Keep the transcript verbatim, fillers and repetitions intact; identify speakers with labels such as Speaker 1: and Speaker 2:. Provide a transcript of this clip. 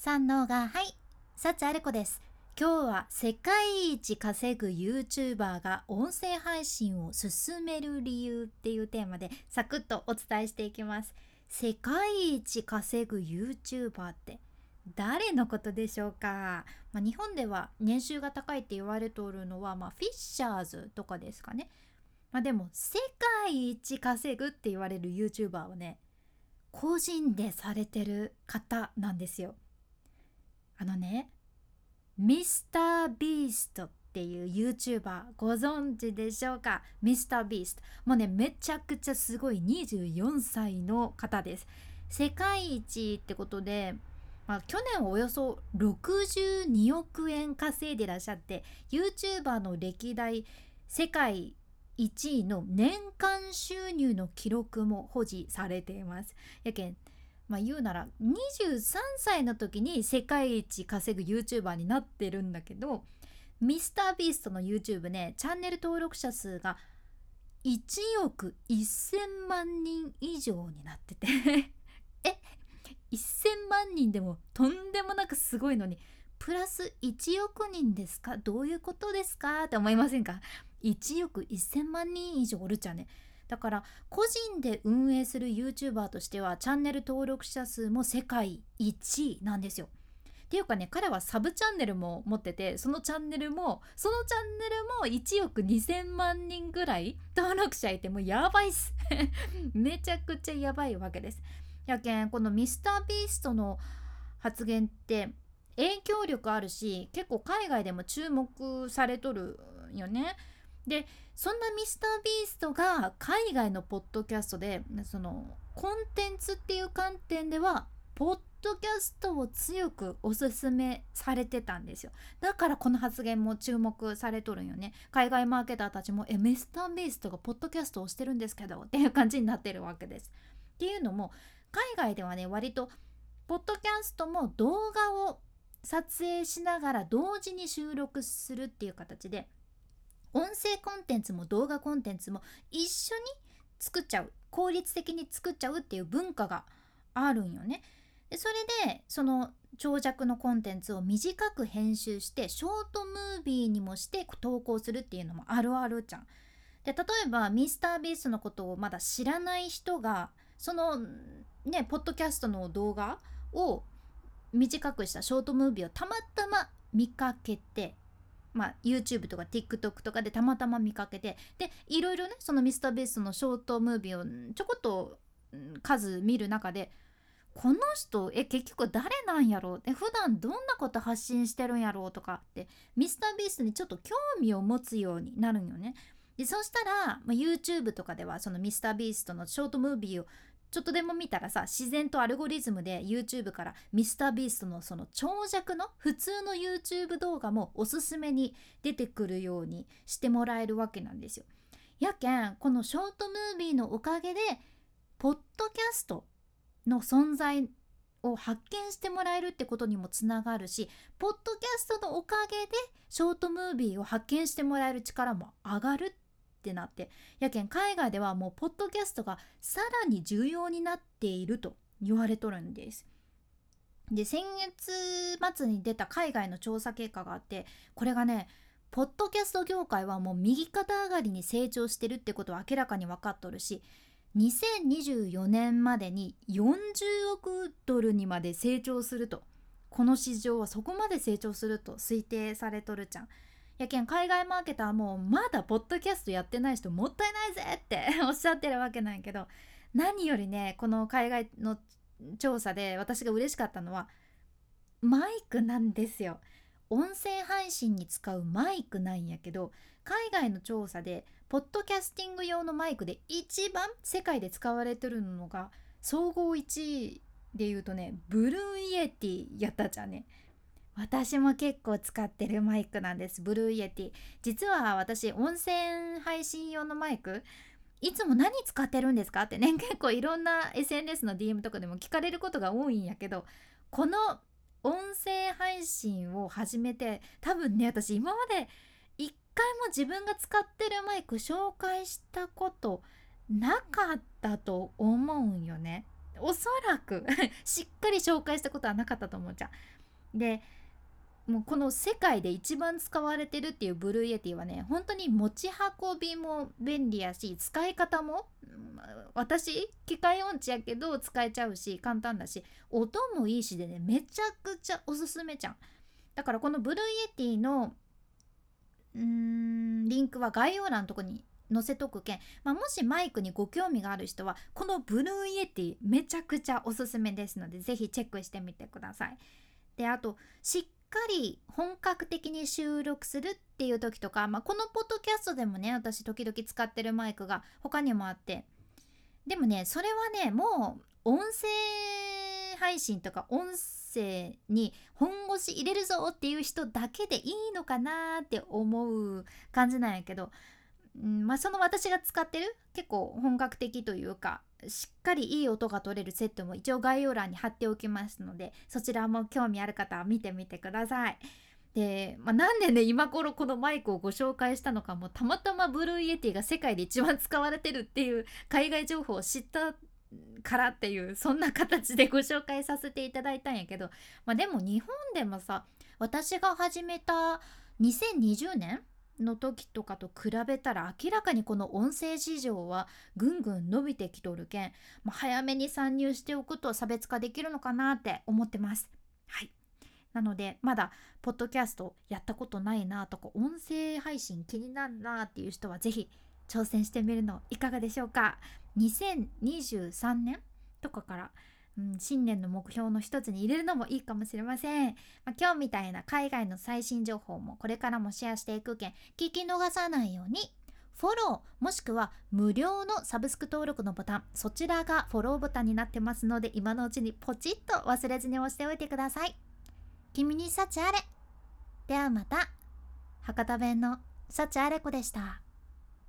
Speaker 1: 三能がはい、幸あれ子です。今日は世界一稼ぐ YouTuber が音声配信を進める理由っていうテーマでサクッとお伝えしていきます。世界一稼ぐ YouTuber って誰のことでしょうか？まあ、日本では年収が高いって言われておるのは、まあ、フィッシャーズとかですかね。まあ、でも世界一稼ぐって言われる YouTuber はね、個人でされてる方なんですよ。あのね、ミスタービーストっていう YouTuber ご存知でしょうか？ミスタービーストもうね、めちゃくちゃすごいにじゅうよんさいの方です。世界一ってことで、まあ、去年およそろくじゅうにおくえん稼いでらっしゃって、 YouTuber の歴代世界いちいの年間収入の記録も保持されています。やけん、まあ言うならにじゅうさんさいの時に世界一稼ぐ YouTuber になってるんだけど、ミスタービーストの YouTube ね、チャンネル登録者数がいちおくせんまんにん以上になっててえせんまんにんでもとんでもなくすごいのに、プラスいちおくにんですか？どういうことですかって思いませんか？いちおくせんまんにん以上おるじゃね。だから個人で運営する YouTuber としてはチャンネル登録者数も世界いちいなんですよ。っていうかね、彼はサブチャンネルも持ってて、そのチャンネルもそのチャンネルもいちおくにせんまんにんぐらい登録者いて、もうやばいっすめちゃくちゃやばいわけです。やけん、このミスタービーストの発言って影響力あるし、結構海外でも注目されとるよね。で、そんなミスタービーストが海外のポッドキャストで、そのコンテンツっていう観点ではポッドキャストを強くおすすめされてたんですよ。だからこの発言も注目されとるんよね。海外マーケターたちもえミスタービーストがポッドキャストをしてるんですけどっていう感じになってるわけです。っていうのも、海外ではね、割とポッドキャストも動画を撮影しながら同時に収録するっていう形で、音声コンテンツも動画コンテンツも一緒に作っちゃう、効率的に作っちゃうっていう文化があるんよね。でそれでその長尺のコンテンツを短く編集してショートムービーにもして投稿するっていうのもあるあるじゃん。で、例えばミスタービーストのことをまだ知らない人がそのねポッドキャストの動画を短くしたショートムービーをたまたま見かけて、まあ、YouTube とか TikTok とかでたまたま見かけて、でいろいろね、そのミスターベースのショートムービーをちょこっと数見る中で、この人え結局誰なんやろう、え普段どんなこと発信してるんやろうとかってミスタービーストにちょっと興味を持つようになるんよね。でそしたら、まあ、YouTube とかではそのミスタービーストのショートムービーをちょっとでも見たらさ、自然とアルゴリズムで YouTube からミスタービーストのその長尺の普通の YouTube 動画もおすすめに出てくるようにしてもらえるわけなんですよ。やけん、このショートムービーのおかげでポッドキャストの存在を発見してもらえるってことにもつながるし、ポッドキャストのおかげでショートムービーを発見してもらえる力も上がるってなって、やけん海外ではもうポッドキャストがさらに重要になっていると言われとるんです。で、先月末に出た海外の調査結果があって、これがね、ポッドキャスト業界はもう右肩上がりに成長してるってことは明らかに分かっとるし、にせんにじゅうよねんまでによんじゅうおくドルにまで成長すると、この市場はそこまで成長すると推定されとるじゃん。やけん海外マーケターもまだポッドキャストやってない人もったいないぜっておっしゃってるわけなんやけど、何よりね、この海外の調査で私が嬉しかったのはマイクなんですよ。音声配信に使うマイクなんやけど、海外の調査でポッドキャスティング用のマイクで一番世界で使われてるのが総合いちいで言うとね、ブルーイエティやったじゃんね。私も結構使ってるマイクなんです、ブルーイエティ。実は私音声配信用のマイクいつも何使ってるんですかってね、結構いろんな エスエヌエス の ディーエム とかでも聞かれることが多いんやけど、この音声配信を始めて多分ね、私今まで一回も自分が使ってるマイク紹介したことなかったと思うんよね。 おそらくしっかり紹介したことはなかったと思うじゃん。でもうこの世界で一番使われてるっていうブルーイエティはね、本当に持ち運びも便利やし、使い方も、うん、私機械音痴やけど使えちゃうし簡単だし、音もいいしでね、めちゃくちゃおすすめじゃん。だからこのブルーイエティのうーんリンクは概要欄のとこに載せとくけん、まあ、もしマイクにご興味がある人はこのブルーイエティめちゃくちゃおすすめですので、ぜひチェックしてみてください。であとしっかり本格的に収録するっていう時とか、まあ、このポッドキャストでもね、私時々使ってるマイクが他にもあって、でもねそれはねもう音声配信とか音声に本腰入れるぞっていう人だけでいいのかなって思う感じなんやけど、うんまあ、その私が使ってる結構本格的というかしっかりいい音が取れるセットも一応概要欄に貼っておきますので、そちらも興味ある方は見てみてください。で、まあ、なんでね今頃このマイクをご紹介したのかも、たまたまブルーイエティが世界で一番使われてるっていう海外情報を知ったからっていう、そんな形でご紹介させていただいたんやけど、まあ、でも日本でもさ、私が始めたにせんにじゅうねんの時とかと比べたら明らかにこの音声市場はぐんぐん伸びてきとるけん、まあ、早めに参入しておくと差別化できるのかなって思ってます。はい。なのでまだポッドキャストやったことないなとか、音声配信気になるなっていう人はぜひ挑戦してみるのいかがでしょうか。にせんにじゅうさんねんとかから、うん、新年の目標の一つに入れるのもいいかもしれません。まあ、今日みたいな海外の最新情報もこれからもシェアしていくけん、聞き逃さないようにフォローもしくは無料のサブスク登録のボタン、そちらがフォローボタンになってますので、今のうちにポチッと忘れずに押しておいてください。君に幸あれ。ではまた。博多弁の幸あれ子でした。